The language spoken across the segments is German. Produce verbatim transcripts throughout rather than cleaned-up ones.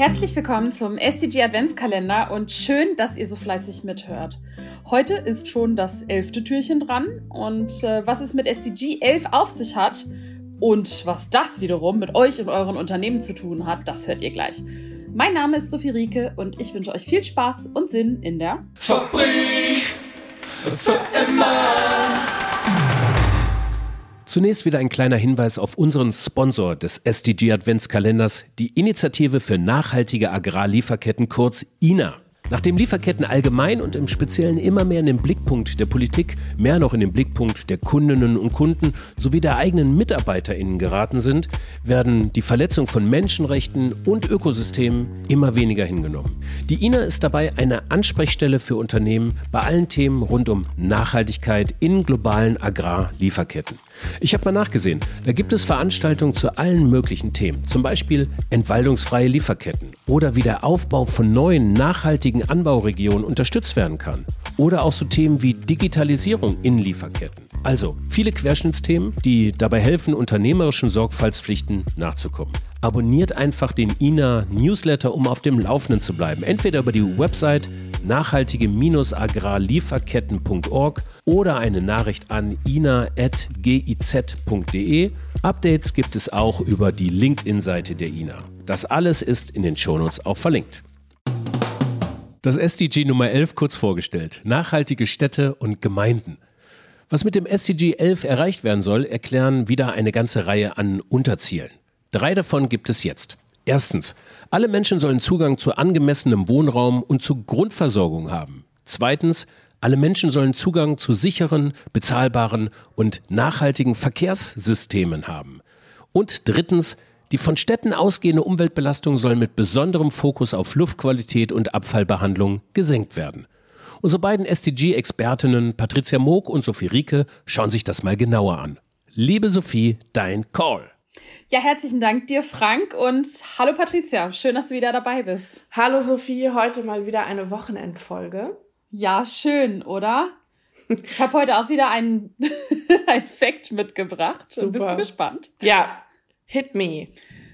Herzlich willkommen zum S D G Adventskalender und schön, dass ihr so fleißig mithört. Heute ist schon das elfte Türchen dran und äh, was es mit S D G elf auf sich hat und was das wiederum mit euch und euren Unternehmen zu tun hat, das hört ihr gleich. Mein Name ist Sophie Rieke und ich wünsche euch viel Spaß und Sinn in der Fabrik für immer. Zunächst wieder ein kleiner Hinweis auf unseren Sponsor des S D G Adventskalenders, die Initiative für nachhaltige Agrarlieferketten, kurz I N A. Nachdem Lieferketten allgemein und im Speziellen immer mehr in den Blickpunkt der Politik, mehr noch in den Blickpunkt der Kundinnen und Kunden sowie der eigenen MitarbeiterInnen geraten sind, werden die Verletzung von Menschenrechten und Ökosystemen immer weniger hingenommen. Die I N A ist dabei eine Ansprechstelle für Unternehmen bei allen Themen rund um Nachhaltigkeit in globalen Agrarlieferketten. Ich habe mal nachgesehen, da gibt es Veranstaltungen zu allen möglichen Themen, zum Beispiel entwaldungsfreie Lieferketten oder wie der Aufbau von neuen, nachhaltigen Anbauregionen unterstützt werden kann. Oder auch so Themen wie Digitalisierung in Lieferketten. Also viele Querschnittsthemen, die dabei helfen, unternehmerischen Sorgfaltspflichten nachzukommen. Abonniert einfach den I N A-Newsletter, um auf dem Laufenden zu bleiben. Entweder über die Website nachhaltige agrarlieferketten punkt org oder eine Nachricht an ina at giz punkt de. Updates gibt es auch über die LinkedIn-Seite der I N A. Das alles ist in den Shownotes auch verlinkt. Das S D G Nummer elf kurz vorgestellt. Nachhaltige Städte und Gemeinden. Was mit dem S D G elf erreicht werden soll, erklären wieder eine ganze Reihe an Unterzielen. Drei davon gibt es jetzt. Erstens, alle Menschen sollen Zugang zu angemessenem Wohnraum und zu Grundversorgung haben. Zweitens, alle Menschen sollen Zugang zu sicheren, bezahlbaren und nachhaltigen Verkehrssystemen haben. Und drittens, die von Städten ausgehende Umweltbelastung soll mit besonderem Fokus auf Luftqualität und Abfallbehandlung gesenkt werden. Unsere beiden S D G-Expertinnen Patricia Moog und Sophie Rieke schauen sich das mal genauer an. Liebe Sophie, dein Call. Ja, herzlichen Dank dir, Frank, und hallo Patricia, schön, dass du wieder dabei bist. Hallo Sophie, heute mal wieder eine Wochenendfolge. Ja, schön, oder? Ich habe heute auch wieder einen, einen Fact mitgebracht. Super. Bist du gespannt? Ja, hit me.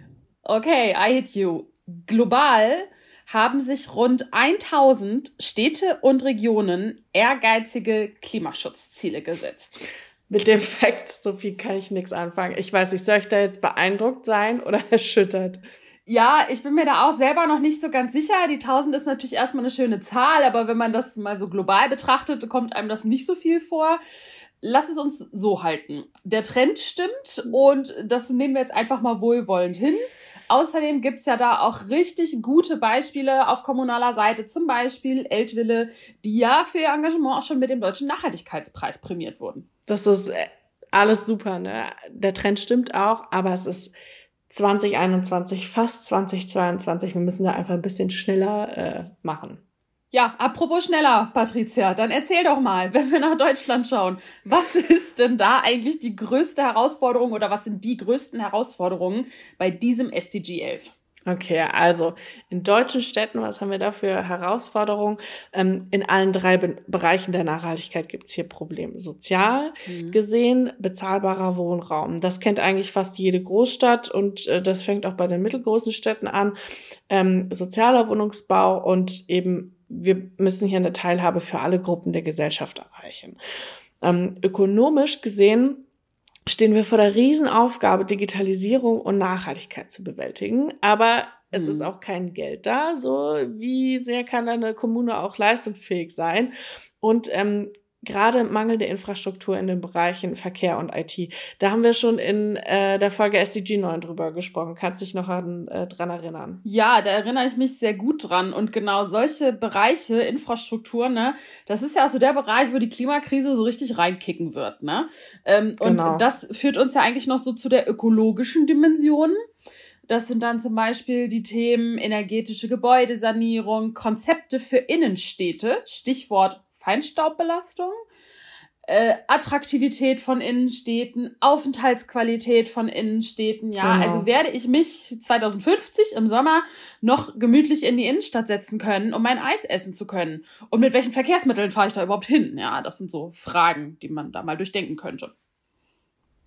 Okay, I hit you. Global haben sich rund tausend Städte und Regionen ehrgeizige Klimaschutzziele gesetzt. Mit dem Fact, Sophie, kann ich nichts anfangen. Ich weiß nicht, soll ich da jetzt beeindruckt sein oder erschüttert? Ja, ich bin mir da auch selber noch nicht so ganz sicher. Die tausend ist natürlich erstmal eine schöne Zahl, aber wenn man das mal so global betrachtet, kommt einem das nicht so viel vor. Lass es uns so halten. Der Trend stimmt und das nehmen wir jetzt einfach mal wohlwollend hin. Außerdem gibt's ja da auch richtig gute Beispiele auf kommunaler Seite, zum Beispiel Eltville, die ja für ihr Engagement auch schon mit dem Deutschen Nachhaltigkeitspreis prämiert wurden. Das ist alles super, ne? Der Trend stimmt auch, aber es ist zwanzig einundzwanzig, fast zwanzig zweiundzwanzig. Wir müssen da einfach ein bisschen schneller äh, machen. Ja, apropos schneller, Patricia, dann erzähl doch mal, wenn wir nach Deutschland schauen, was ist denn da eigentlich die größte Herausforderung oder was sind die größten Herausforderungen bei diesem S D G elf? Okay, also in deutschen Städten, was haben wir da für Herausforderungen? Ähm, in allen drei Be- Bereichen der Nachhaltigkeit gibt's hier Probleme. Sozial mhm. gesehen, bezahlbarer Wohnraum. Das kennt eigentlich fast jede Großstadt und äh, das fängt auch bei den mittelgroßen Städten an. Ähm, sozialer Wohnungsbau und eben wir müssen hier eine Teilhabe für alle Gruppen der Gesellschaft erreichen. Ähm, ökonomisch gesehen stehen wir vor der Riesenaufgabe, Digitalisierung und Nachhaltigkeit zu bewältigen. Aber es mhm. ist auch kein Geld da. So wie sehr kann eine Kommune auch leistungsfähig sein? Und ähm, gerade mangelnde Infrastruktur in den Bereichen Verkehr und I T. Da haben wir schon in äh, der Folge S D G neun drüber gesprochen. Kannst du dich noch an, äh, dran erinnern? Ja, da erinnere ich mich sehr gut dran. Und genau solche Bereiche, Infrastruktur, ne, das ist ja auch so der Bereich, wo die Klimakrise so richtig reinkicken wird, ne? Ähm, genau. Und das führt uns ja eigentlich noch so zu der ökologischen Dimension. Das sind dann zum Beispiel die Themen energetische Gebäudesanierung, Konzepte für Innenstädte, Stichwort Feinstaubbelastung, äh, Attraktivität von Innenstädten, Aufenthaltsqualität von Innenstädten. Ja, genau. Also werde ich mich zwanzig fünfzig im Sommer noch gemütlich in die Innenstadt setzen können, um mein Eis essen zu können? Und mit welchen Verkehrsmitteln fahre ich da überhaupt hin? Ja, das sind so Fragen, die man da mal durchdenken könnte.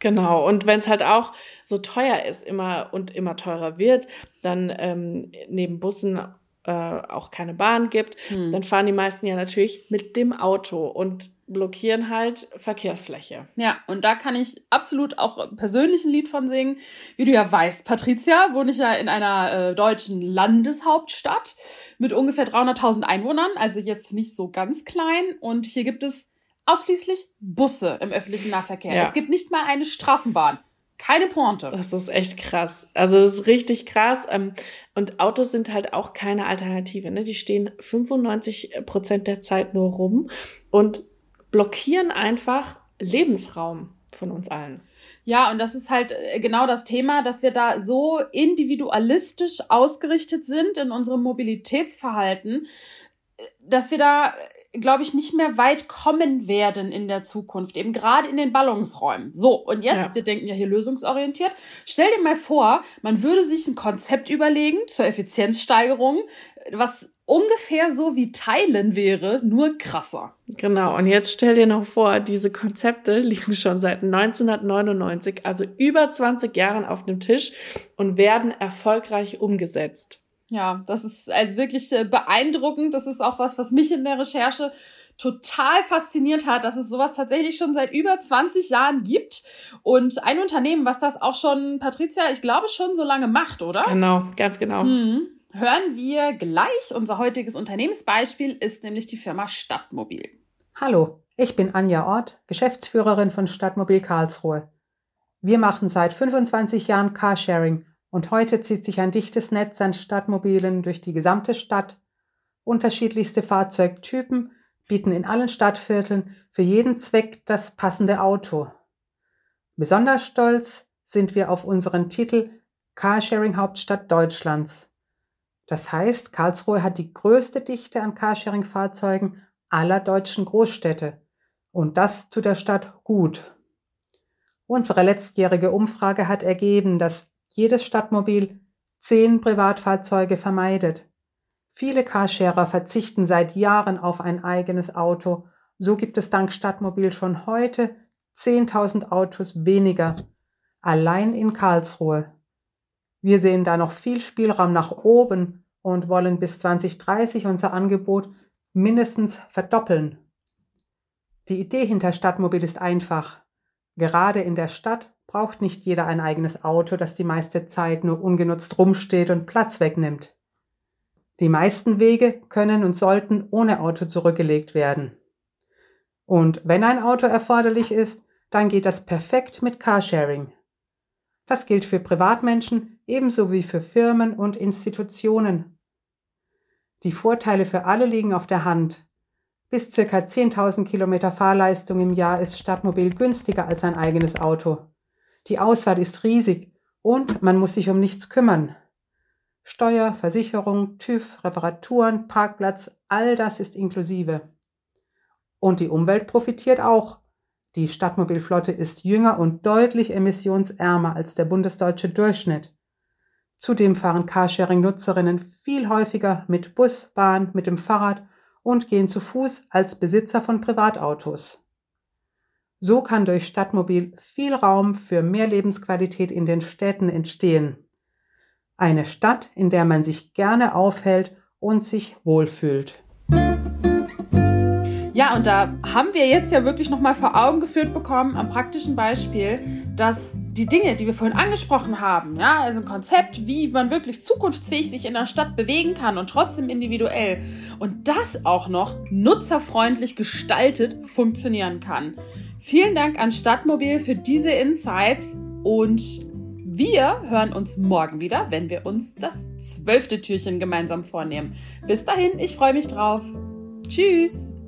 Genau, und wenn es halt auch so teuer ist immer und immer teurer wird, dann ähm, neben Bussen äh, auch keine Bahn gibt, hm. dann fahren die meisten ja natürlich mit dem Auto und blockieren halt Verkehrsfläche. Ja, und da kann ich absolut auch persönlich ein Lied von singen. Wie du ja weißt, Patricia, wohne ich ja in einer äh, deutschen Landeshauptstadt mit ungefähr dreihunderttausend Einwohnern, also jetzt nicht so ganz klein. Und hier gibt es ausschließlich Busse im öffentlichen Nahverkehr. Ja. Es gibt nicht mal eine Straßenbahn. Keine Pointe. Das ist echt krass. Also das ist richtig krass. Und Autos sind halt auch keine Alternative. Ne? Die stehen fünfundneunzig Prozent der Zeit nur rum und blockieren einfach Lebensraum von uns allen. Ja, und das ist halt genau das Thema, dass wir da so individualistisch ausgerichtet sind in unserem Mobilitätsverhalten, dass wir da, glaube ich, nicht mehr weit kommen werden in der Zukunft, eben gerade in den Ballungsräumen. So, und jetzt, ja. wir denken ja hier lösungsorientiert, stell dir mal vor, man würde sich ein Konzept überlegen zur Effizienzsteigerung, was ungefähr so wie Teilen wäre, nur krasser. Genau, und jetzt stell dir noch vor, diese Konzepte liegen schon seit neunzehnhundertneunundneunzig, also über zwanzig Jahren auf dem Tisch und werden erfolgreich umgesetzt. Ja, das ist also wirklich beeindruckend. Das ist auch was, was mich in der Recherche total fasziniert hat, dass es sowas tatsächlich schon seit über zwanzig Jahren gibt. Und ein Unternehmen, was das auch schon, Patricia, ich glaube schon so lange macht, oder? Genau, ganz genau. Mhm. Hören wir gleich. Unser heutiges Unternehmensbeispiel ist nämlich die Firma Stadtmobil. Hallo, ich bin Anja Ort, Geschäftsführerin von Stadtmobil Karlsruhe. Wir machen seit fünfundzwanzig Jahren Carsharing und heute zieht sich ein dichtes Netz an Stadtmobilen durch die gesamte Stadt. Unterschiedlichste Fahrzeugtypen bieten in allen Stadtvierteln für jeden Zweck das passende Auto. Besonders stolz sind wir auf unseren Titel Carsharing-Hauptstadt Deutschlands. Das heißt, Karlsruhe hat die größte Dichte an Carsharing-Fahrzeugen aller deutschen Großstädte. Und das tut der Stadt gut. Unsere letztjährige Umfrage hat ergeben, dass jedes Stadtmobil zehn Privatfahrzeuge vermeidet. Viele Carsharer verzichten seit Jahren auf ein eigenes Auto. So gibt es dank Stadtmobil schon heute zehntausend Autos weniger. Allein in Karlsruhe. Wir sehen da noch viel Spielraum nach oben und wollen bis zwanzig dreißig unser Angebot mindestens verdoppeln. Die Idee hinter Stadtmobil ist einfach. Gerade in der Stadt braucht nicht jeder ein eigenes Auto, das die meiste Zeit nur ungenutzt rumsteht und Platz wegnimmt. Die meisten Wege können und sollten ohne Auto zurückgelegt werden. Und wenn ein Auto erforderlich ist, dann geht das perfekt mit Carsharing. Das gilt für Privatmenschen ebenso wie für Firmen und Institutionen. Die Vorteile für alle liegen auf der Hand. Bis ca. zehntausend Kilometer Fahrleistung im Jahr ist Stadtmobil günstiger als ein eigenes Auto. Die Auswahl ist riesig und man muss sich um nichts kümmern. Steuer, Versicherung, TÜV, Reparaturen, Parkplatz, all das ist inklusive. Und die Umwelt profitiert auch. Die Stadtmobilflotte ist jünger und deutlich emissionsärmer als der bundesdeutsche Durchschnitt. Zudem fahren Carsharing-Nutzerinnen viel häufiger mit Bus, Bahn, mit dem Fahrrad und gehen zu Fuß als Besitzer von Privatautos. So kann durch Stadtmobil viel Raum für mehr Lebensqualität in den Städten entstehen. Eine Stadt, in der man sich gerne aufhält und sich wohlfühlt. Ja, und da haben wir jetzt ja wirklich nochmal vor Augen geführt bekommen, am praktischen Beispiel, dass die Dinge, die wir vorhin angesprochen haben, ja, also ein Konzept, wie man wirklich zukunftsfähig sich in der Stadt bewegen kann und trotzdem individuell und das auch noch nutzerfreundlich gestaltet funktionieren kann. Vielen Dank an Stadtmobil für diese Insights und wir hören uns morgen wieder, wenn wir uns das zwölfte Türchen gemeinsam vornehmen. Bis dahin, ich freue mich drauf. Tschüss!